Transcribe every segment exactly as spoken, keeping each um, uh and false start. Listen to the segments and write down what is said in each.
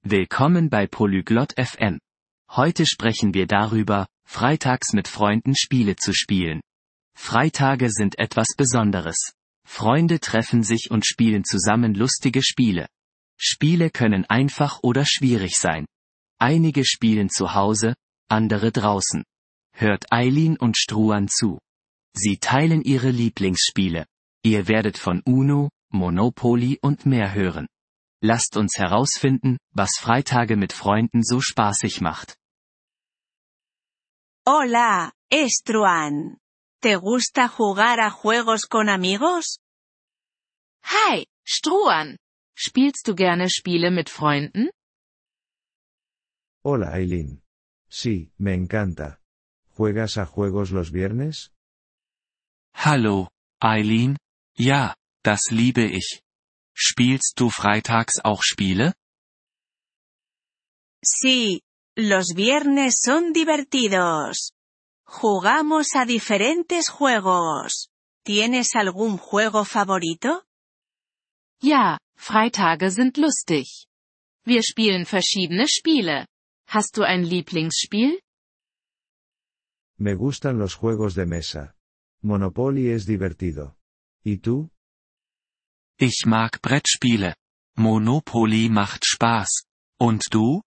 Willkommen bei Polyglot F M. Heute sprechen wir darüber, freitags mit Freunden Spiele zu spielen. Freitage sind etwas Besonderes. Freunde treffen sich und spielen zusammen lustige Spiele. Spiele können einfach oder schwierig sein. Einige spielen zu Hause, andere draußen. Hört Eileen und Struan zu. Sie teilen ihre Lieblingsspiele. Ihr werdet von Uno, Monopoly und mehr hören. Lasst uns herausfinden, was Freitage mit Freunden so spaßig macht. Hola, Struan. ¿Te gusta jugar a juegos con amigos? Hi, Struan. Spielst du gerne Spiele mit Freunden? Hola Eileen. Sí, me encanta. ¿Juegas a juegos los viernes? Hallo, Eileen. Ja, das liebe ich. Spielst du freitags auch Spiele? Sí, los viernes son divertidos. Jugamos a diferentes juegos. ¿Tienes algún juego favorito? Ja, Freitage sind lustig. Wir spielen verschiedene Spiele. Hast du ein Lieblingsspiel? Me gustan los juegos de mesa. Monopoly es divertido. ¿Y tú? Ich mag Brettspiele. Monopoly macht Spaß. Und du?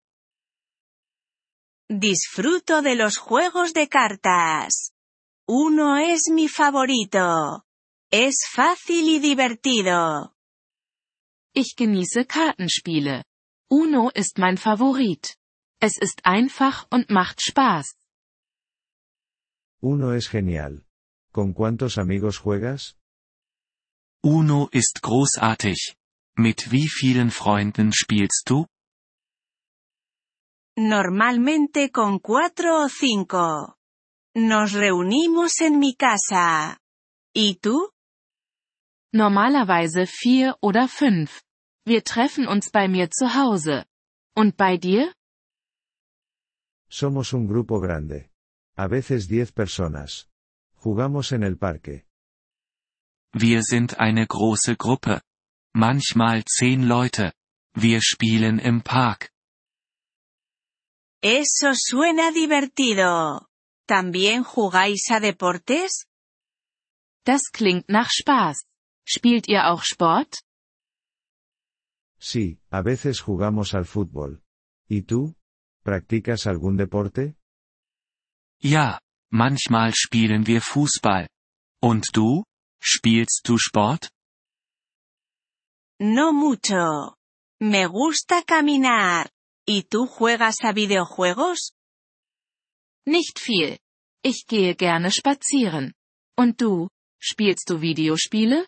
Disfruto de los juegos de cartas. Uno es mi favorito. Es fácil y divertido. Ich genieße Kartenspiele. Uno ist mein Favorit. Es ist einfach und macht Spaß. Uno es genial. ¿Con cuántos amigos juegas? Uno ist großartig. Mit wie vielen Freunden spielst du? Normalmente con cuatro o cinco. Nos reunimos en mi casa. ¿Y tú? Normalerweise vier oder fünf. Wir treffen uns bei mir zu Hause. Und bei dir? Somos un grupo grande. A veces diez personas. Jugamos en el parque. Wir sind eine große Gruppe. Manchmal zehn Leute. Wir spielen im Park. Eso suena divertido. ¿También jugáis a deportes? Das klingt nach Spaß. Spielt ihr auch Sport? Sí, a veces jugamos al fútbol. ¿Y tú? ¿Practicas algún deporte? Ja, manchmal spielen wir Fußball. Und du? Spielst du Sport? No mucho. Me gusta caminar. ¿Y tú juegas a videojuegos? Nicht viel. Ich gehe gerne spazieren. Und du? Spielst du Videospiele?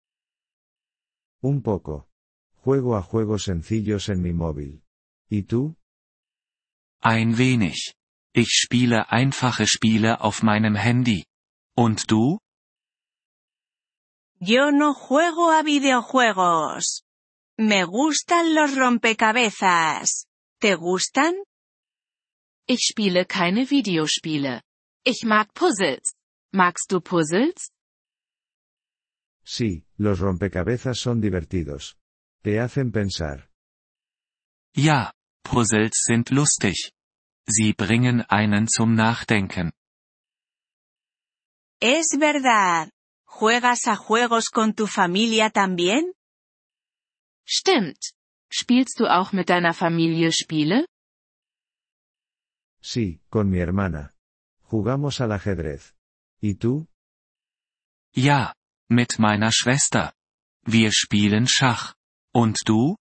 Un poco. Juego a juegos sencillos en mi móvil. ¿Y tú? Ein wenig. Ich spiele einfache Spiele auf meinem Handy. Und du? Yo no juego a videojuegos. Me gustan los rompecabezas. ¿Te gustan? Ich spiele keine Videospiele. Ich mag Puzzles. Magst du Puzzles? Sí, los rompecabezas son divertidos. Te hacen pensar. Ja, Puzzles sind lustig. Sie bringen einen zum Nachdenken. Es verdad. ¿Juegas a juegos con tu familia también? Stimmt. Spielst du auch mit deiner Familie Spiele? Sí, con mi hermana. Jugamos al ajedrez. ¿Y tú? Ja, mit meiner Schwester. Wir spielen Schach. Und du?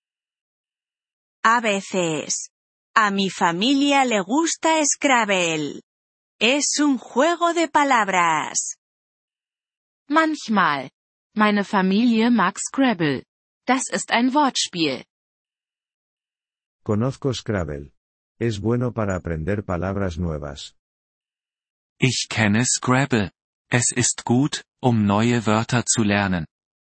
A veces. A mi familia le gusta Scrabble. Es un juego de palabras. Manchmal. Meine Familie mag Scrabble. Das ist ein Wortspiel. Conozco Scrabble. Es bueno para aprender palabras nuevas. Ich kenne Scrabble. Es ist gut, um neue Wörter zu lernen.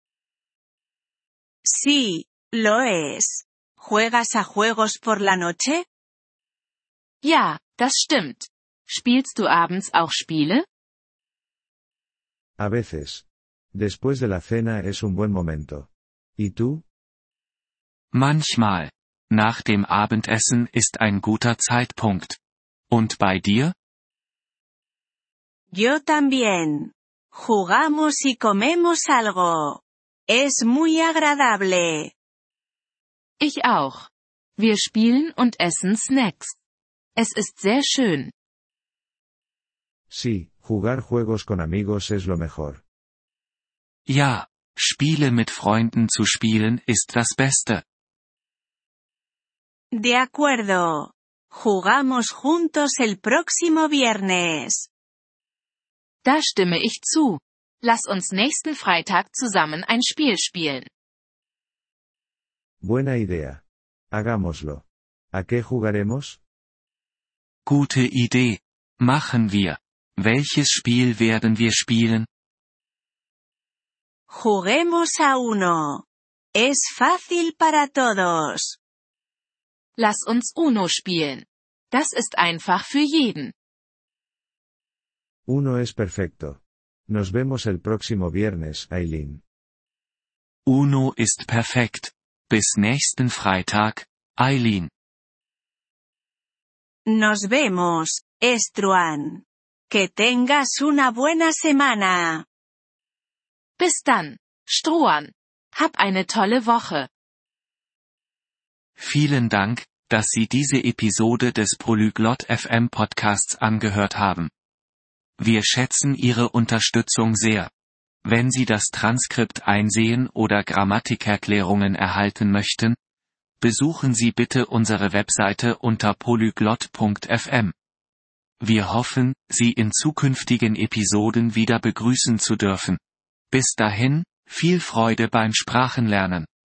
Sí, lo es. ¿Juegas a juegos por la noche? Ja, das stimmt. Spielst du abends auch Spiele? A veces. Después de la cena es un buen momento. ¿Y tú? Manchmal. Nach dem Abendessen ist ein guter Zeitpunkt. Und bei dir? Yo también. Jugamos y comemos algo. Es muy agradable. Ich auch. Wir spielen und essen Snacks. Es ist sehr schön. Sí, jugar juegos con amigos es lo mejor. Ja, Spiele mit Freunden zu spielen ist das Beste. De acuerdo. Jugamos juntos el próximo viernes. Da stimme ich zu. Lass uns nächsten Freitag zusammen ein Spiel spielen. Buena idea. Hagámoslo. ¿A qué jugaremos? Gute Idee. Machen wir. Welches Spiel werden wir spielen? Juguemos a uno. Es fácil para todos. Lass uns Uno spielen. Das ist einfach für jeden. Uno es perfecto. Nos vemos el próximo viernes, Eileen. Uno ist perfekt. Bis nächsten Freitag, Eileen. Nos vemos, Estruan. Que tengas una buena semana. Bis dann, Stroan. Hab eine tolle Woche. Vielen Dank, dass Sie diese Episode des Polyglot F M Podcasts angehört haben. Wir schätzen Ihre Unterstützung sehr. Wenn Sie das Transkript einsehen oder Grammatikerklärungen erhalten möchten, besuchen Sie bitte unsere Webseite unter polyglot punkt f m. Wir hoffen, Sie in zukünftigen Episoden wieder begrüßen zu dürfen. Bis dahin, viel Freude beim Sprachenlernen.